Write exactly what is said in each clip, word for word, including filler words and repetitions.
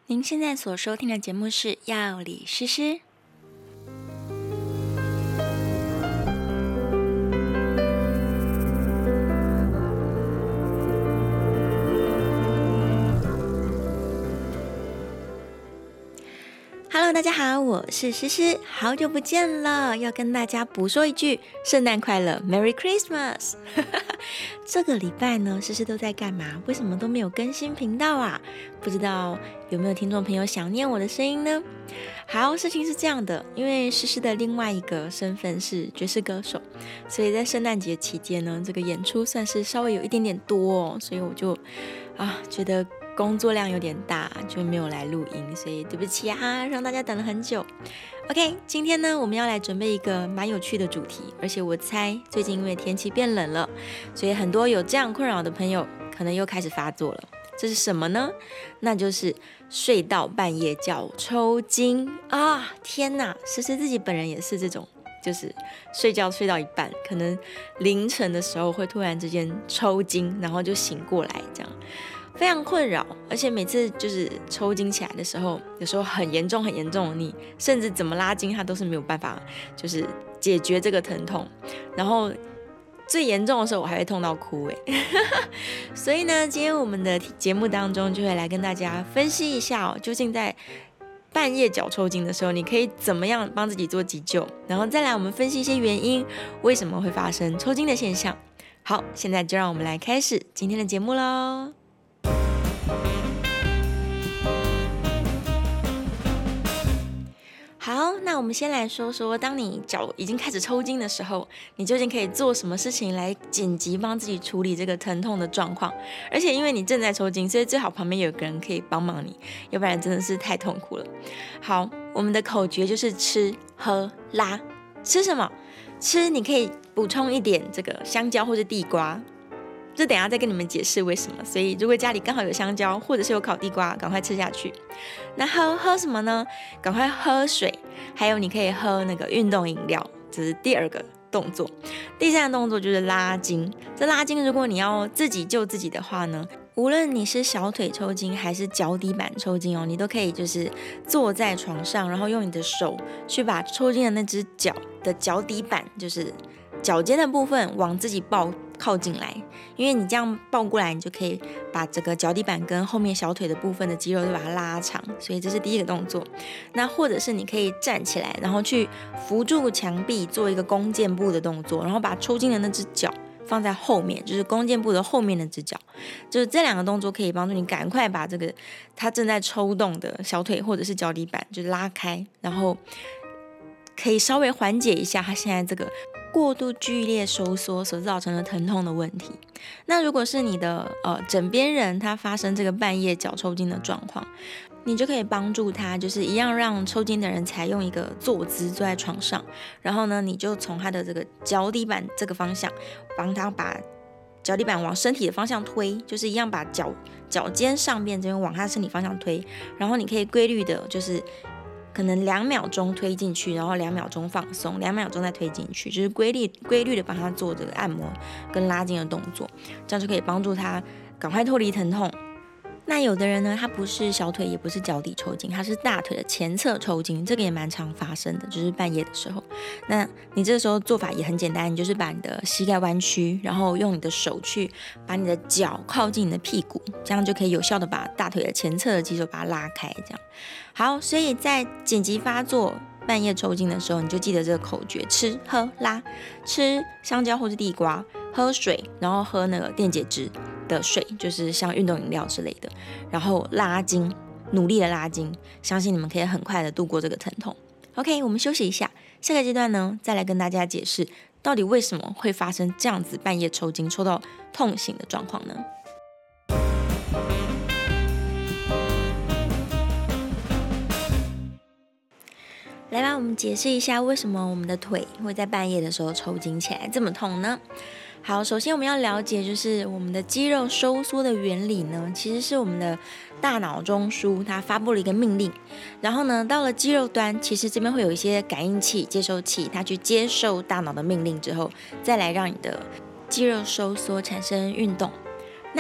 您现在所收听的节目是《药理诗诗》。Hello， 大家好，我是诗诗，好久不见了，要跟大家补说一句圣诞快乐 ，Merry Christmas 。这个礼拜呢，诗诗都在干嘛？为什么都没有更新频道啊？不知道有没有听众朋友想念我的声音呢？好，事情是这样的，因为诗诗的另外一个身份是爵士歌手，所以在圣诞节期间呢，这个演出算是稍微有一点点多哦，所以我就啊觉得工作量有点大，就没有来录音，所以对不起啊，让大家等了很久。OK， 今天呢，我们要来准备一个蛮有趣的主题，而且我猜最近因为天气变冷了，所以很多有这样困扰的朋友可能又开始发作了。这是什么呢？那就是睡到半夜脚抽筋啊！天哪，诗诗自己本人也是这种，就是睡觉睡到一半，可能凌晨的时候会突然之间抽筋，然后就醒过来，这样非常困扰。而且每次就是抽筋起来的时候，有时候很严重很严重，你甚至怎么拉筋它都是没有办法就是解决这个疼痛，然后最严重的时候我还会痛到哭哎。所以呢，今天我们的节目当中就会来跟大家分析一下哦，究竟在半夜脚抽筋的时候，你可以怎么样帮自己做急救，然后再来我们分析一些原因，为什么会发生抽筋的现象。好，现在就让我们来开始今天的节目咯。好，那我们先来说说，当你脚已经开始抽筋的时候，你究竟可以做什么事情来紧急帮自己处理这个疼痛的状况？而且因为你正在抽筋，所以最好旁边有个人可以帮忙你，要不然真的是太痛苦了。好，我们的口诀就是吃、喝、拉。吃什么？吃你可以补充一点这个香蕉或者地瓜。这等一下再跟你们解释为什么，所以如果家里刚好有香蕉或者是有烤地瓜，赶快吃下去。那喝喝什么呢？赶快喝水，还有你可以喝那个运动饮料，这是第二个动作。第三个动作就是拉筋。这拉筋如果你要自己救自己的话呢，无论你是小腿抽筋还是脚底板抽筋哦，你都可以就是坐在床上，然后用你的手去把抽筋的那只脚的脚底板，就是脚尖的部分往自己抱靠近来，因为你这样抱过来，你就可以把这个脚底板跟后面小腿的部分的肌肉就把它拉长，所以这是第一个动作。那或者是你可以站起来，然后去扶住墙壁做一个弓箭步的动作，然后把抽筋的那只脚放在后面，就是弓箭步的后面那只脚，就是这两个动作可以帮助你赶快把这个它正在抽动的小腿或者是脚底板就拉开，然后可以稍微缓解一下它现在这个过度剧烈收缩所造成的疼痛的问题。那如果是你的呃枕边人，他发生这个半夜脚抽筋的状况，你就可以帮助他，就是一样让抽筋的人采用一个坐姿，坐在床上，然后呢，你就从他的这个脚底板这个方向，帮他把脚底板往身体的方向推，就是一样把脚脚尖上边这边往他身体方向推，然后你可以规律的，就是可能两秒钟推进去，然后两秒钟放松，两秒钟再推进去，就是规律规律的帮他做这个按摩跟拉筋的动作，这样就可以帮助他赶快脱离疼痛。那有的人呢，他不是小腿也不是脚底抽筋，他是大腿的前侧抽筋，这个也蛮常发生的，就是半夜的时候。那你这个时候做法也很简单，你就是把你的膝盖弯曲，然后用你的手去把你的脚靠近你的屁股，这样就可以有效的把大腿的前侧的肌肉把它拉开。这样好，所以在紧急发作半夜抽筋的时候，你就记得这个口诀：吃、喝、拉。吃香蕉或是地瓜，喝水，然后喝那个电解质的水，就是像运动饮料之类的，然后拉筋，努力的拉筋，相信你们可以很快的度过这个疼痛。OK， 我们休息一下，下个阶段呢，再来跟大家解释到底为什么会发生这样子半夜抽筋、抽到痛醒的状况呢？来吧，我们解释一下为什么我们的腿会在半夜的时候抽筋起来这么痛呢？好，首先我们要了解就是我们的肌肉收缩的原理呢，其实是我们的大脑中枢它发布了一个命令，然后呢到了肌肉端，其实这边会有一些感应器、接收器，它去接受大脑的命令之后，再来让你的肌肉收缩产生运动。那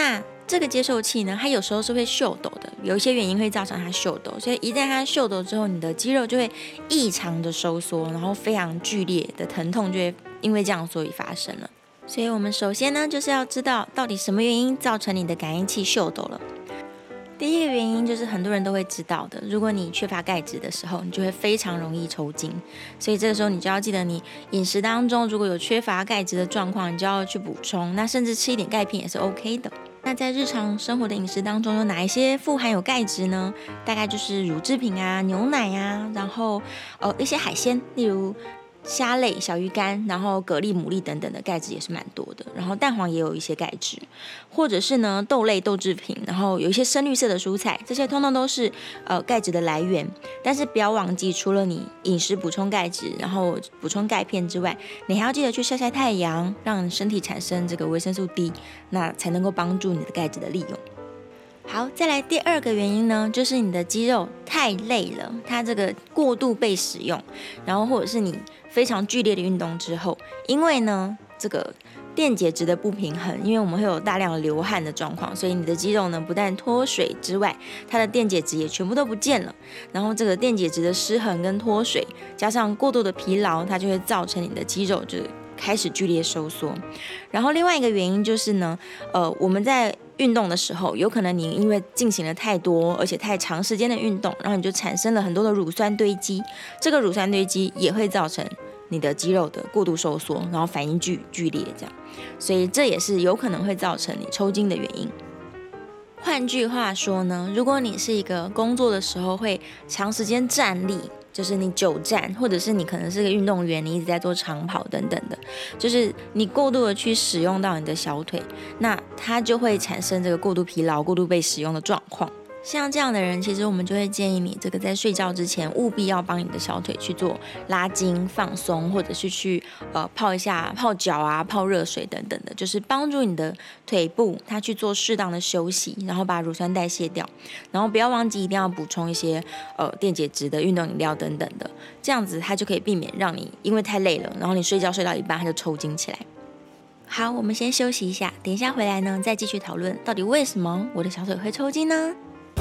这个接受器呢，它有时候是会秀抖的，有一些原因会造成它秀抖，所以一旦它秀抖之后，你的肌肉就会异常的收缩，然后非常剧烈的疼痛就会因为这样所以发生了。所以我们首先呢，就是要知道到底什么原因造成你的感应器秀抖了。第一个原因就是很多人都会知道的，如果你缺乏钙质的时候，你就会非常容易抽筋，所以这个时候你就要记得，你饮食当中如果有缺乏钙质的状况，你就要去补充，那甚至吃一点钙片也是 OK 的。那在日常生活的饮食当中，有哪一些富含有钙质呢？大概就是乳制品啊、牛奶啊，然后呃一些海鲜，例如虾类、小鱼干，然后蛤蜊、牡蛎等等的钙质也是蛮多的，然后蛋黄也有一些钙质，或者是呢豆类、豆制品，然后有一些深绿色的蔬菜，这些通通都是呃钙质的来源。但是不要忘记，除了你饮食补充钙质，然后补充钙片之外，你还要记得去晒晒太阳，让身体产生这个维生素 D， 那才能够帮助你的钙质的利用。好，再来第二个原因呢，就是你的肌肉太累了，它这个过度被使用，然后或者是你非常剧烈的运动之后，因为呢这个电解质的不平衡，因为我们会有大量的流汗的状况，所以你的肌肉呢不但脱水之外，它的电解质也全部都不见了，然后这个电解质的失衡跟脱水，加上过度的疲劳，它就会造成你的肌肉就开始剧烈收缩。然后另外一个原因就是呢，呃，我们在运动的时候，有可能你因为进行了太多而且太长时间的运动，然后你就产生了很多的乳酸堆积，这个乳酸堆积也会造成你的肌肉的过度收缩，然后反应剧剧烈这样，所以这也是有可能会造成你抽筋的原因。换句话说呢，如果你是一个工作的时候会长时间站立，就是你久站，或者是你可能是个运动员，你一直在做长跑等等的，就是你过度的去使用到你的小腿，那它就会产生这个过度疲劳、过度被使用的状况。像这样的人，其实我们就会建议你这个在睡觉之前务必要帮你的小腿去做拉筋放松，或者是去呃泡一下泡脚啊、泡热水等等的，就是帮助你的腿部它去做适当的休息，然后把乳酸代谢掉，然后不要忘记一定要补充一些呃电解质的运动饮料等等的，这样子它就可以避免让你因为太累了，然后你睡觉睡到一半它就抽筋起来。好，我们先休息一下，等一下回来呢再继续讨论到底为什么我的小腿会抽筋呢？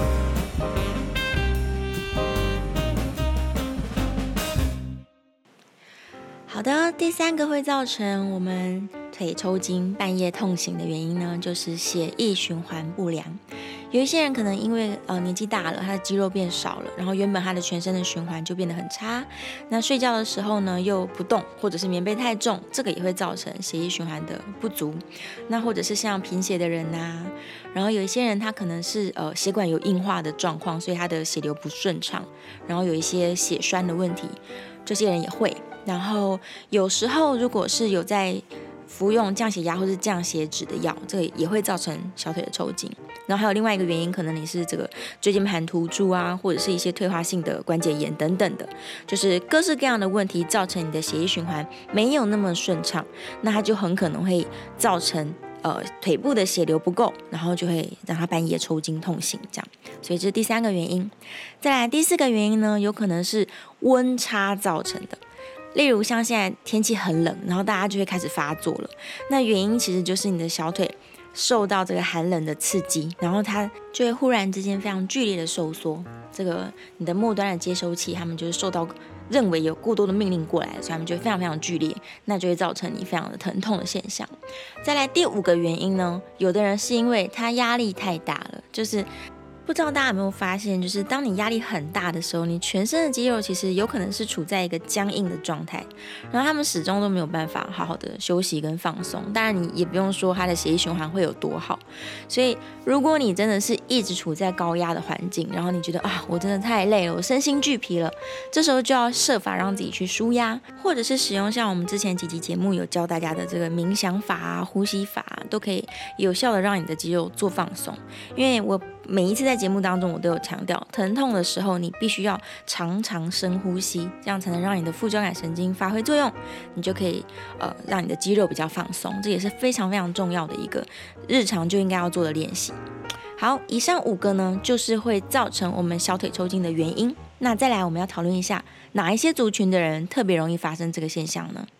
好的，第三个会造成我们腿抽筋、半夜痛醒的原因呢，就是血液循环不良。有一些人可能因为呃年纪大了，他的肌肉变少了，然后原本他的全身的循环就变得很差。那睡觉的时候呢又不动，或者是棉被太重，这个也会造成血液循环的不足。那或者是像贫血的人啊，然后有一些人他可能是呃血管有硬化的状况，所以他的血流不顺畅，然后有一些血栓的问题，这些人也会。然后有时候如果是有在服用降血压或是降血脂的药，这个也会造成小腿的抽筋。然后还有另外一个原因，可能你是这个椎间盘突出啊，或者是一些退化性的关节炎等等的，就是各式各样的问题造成你的血液循环没有那么顺畅，那它就很可能会造成呃腿部的血流不够，然后就会让它半夜抽筋痛醒这样。所以这是第三个原因。再来第四个原因呢，有可能是温差造成的。例如像现在天气很冷，然后大家就会开始发作了，那原因其实就是你的小腿受到这个寒冷的刺激，然后它就会忽然之间非常剧烈的收缩，这个你的末端的接收器他们就是受到认为有过多的命令过来，所以他们就会非常非常剧烈，那就会造成你非常的疼痛的现象。再来第五个原因呢，有的人是因为他压力太大了，就是不知道大家有没有发现，就是当你压力很大的时候，你全身的肌肉其实有可能是处在一个僵硬的状态，然后他们始终都没有办法好好的休息跟放松。当然你也不用说他的血液循环会有多好，所以如果你真的是一直处在高压的环境，然后你觉得啊我真的太累了，我身心俱疲了，这时候就要设法让自己去舒压，或者是使用像我们之前几集节目有教大家的这个冥想法啊、呼吸法啊，都可以有效的让你的肌肉做放松。因为我每一次在节目当中我都有强调，疼痛的时候你必须要常常深呼吸，这样才能让你的副交感神经发挥作用，你就可以呃让你的肌肉比较放松，这也是非常非常重要的一个日常就应该要做的练习。好，以上五个呢就是会造成我们小腿抽筋的原因。那再来我们要讨论一下哪一些族群的人特别容易发生这个现象呢？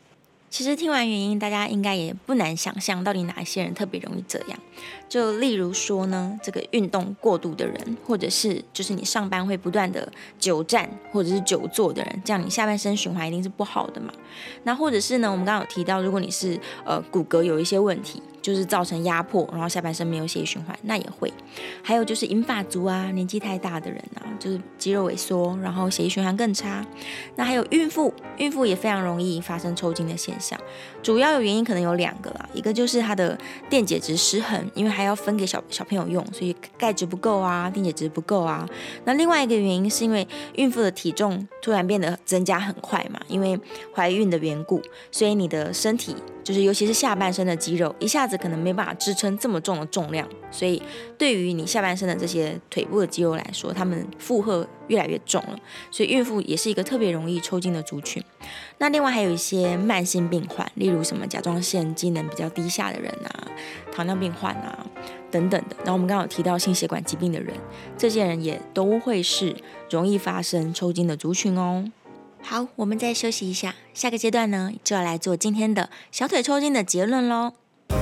其实听完原因，大家应该也不难想象，到底哪一些人特别容易这样。就例如说呢，这个运动过度的人，或者是就是你上班会不断的久站或者是久坐的人，这样你下半身循环一定是不好的嘛。那或者是呢，我们刚刚有提到，如果你是呃骨骼有一些问题，就是造成压迫，然后下半身没有血液循环，那也会。还有就是银发族啊，年纪太大的人啊，就是肌肉萎缩，然后血液循环更差。那还有孕妇，孕妇也非常容易发生抽筋的现象。主要的原因可能有两个啦，一个就是它的电解质失衡，因为还要分给小小朋友用，所以钙质不够啊，电解质不够啊。那另外一个原因是因为孕妇的体重突然变得增加很快嘛，因为怀孕的缘故，所以你的身体就是尤其是下半身的肌肉，一下子可能没办法支撑这么重的重量，所以对于你下半身的这些腿部的肌肉来说，他们负荷越来越重了，所以孕妇也是一个特别容易抽筋的族群。那另外还有一些慢性病患，例如什么甲状腺机能比较低下的人啊，糖尿病患啊等等的。然后我们刚刚有提到心血管疾病的人，这些人也都会是容易发生抽筋的族群哦。好，我们再休息一下，下个阶段呢就要来做今天的小腿抽筋的结论咯。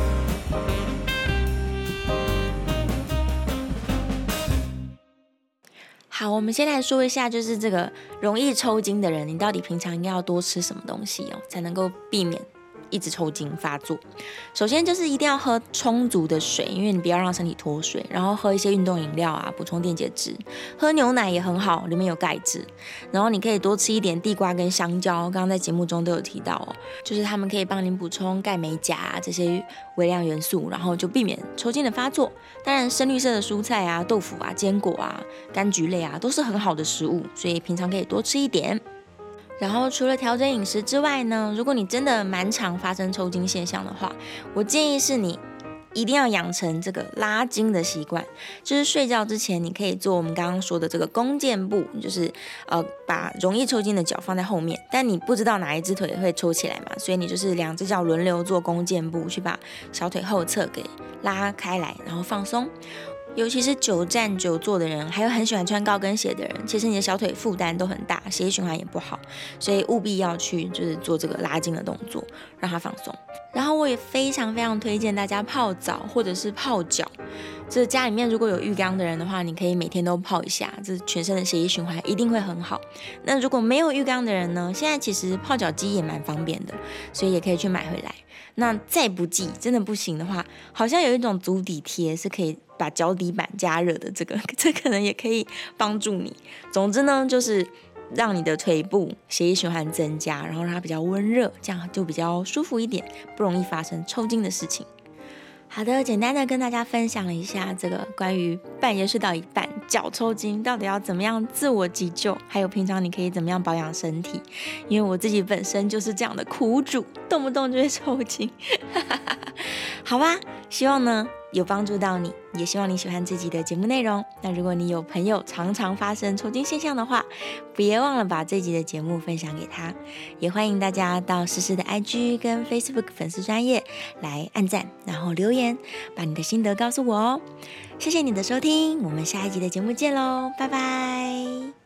好，我们先来说一下，就是这个容易抽筋的人，你到底平常应该要多吃什么东西哦，才能够避免一直抽筋发作。首先就是一定要喝充足的水，因为你不要让身体脱水，然后喝一些运动饮料啊，补充电解质。喝牛奶也很好，里面有钙质。然后你可以多吃一点地瓜跟香蕉，刚刚在节目中都有提到哦，就是他们可以帮你补充钙、镁、钾啊这些微量元素，然后就避免抽筋的发作。当然，深绿色的蔬菜啊、豆腐啊、坚果啊、柑橘类啊都是很好的食物，所以平常可以多吃一点。然后除了调整饮食之外呢，如果你真的蛮常发生抽筋现象的话，我建议是你一定要养成这个拉筋的习惯，就是睡觉之前你可以做我们刚刚说的这个弓箭步，就是呃把容易抽筋的脚放在后面，但你不知道哪一只腿会抽起来嘛，所以你就是两只脚轮流做弓箭步，去把小腿后侧给拉开来，然后放松。尤其是久站久坐的人，还有很喜欢穿高跟鞋的人，其实你的小腿负担都很大，血液循环也不好，所以务必要去就是做这个拉筋的动作，让它放松。然后我也非常非常推荐大家泡澡或者是泡脚，这家里面如果有浴缸的人的话，你可以每天都泡一下，这全身的血液循环一定会很好。那如果没有浴缸的人呢，现在其实泡脚机也蛮方便的，所以也可以去买回来。那再不济真的不行的话，好像有一种足底贴是可以把脚底板加热的，这个这可能也可以帮助你。总之呢，就是让你的腿部血液循环增加，然后让它比较温热，这样就比较舒服一点，不容易发生抽筋的事情。好的，简单的跟大家分享了一下这个关于半夜睡到一半脚抽筋到底要怎么样自我急救，还有平常你可以怎么样保养身体。因为我自己本身就是这样的苦主，动不动就会抽筋。好吧，希望呢有帮助到你，也希望你喜欢这集的节目内容。那如果你有朋友常常发生抽筋现象的话，别忘了把这集的节目分享给他。也欢迎大家到诗诗的 I G 跟 Facebook 粉丝专页来按赞，然后留言，把你的心得告诉我哦。谢谢你的收听，我们下一集的节目见喽，拜拜。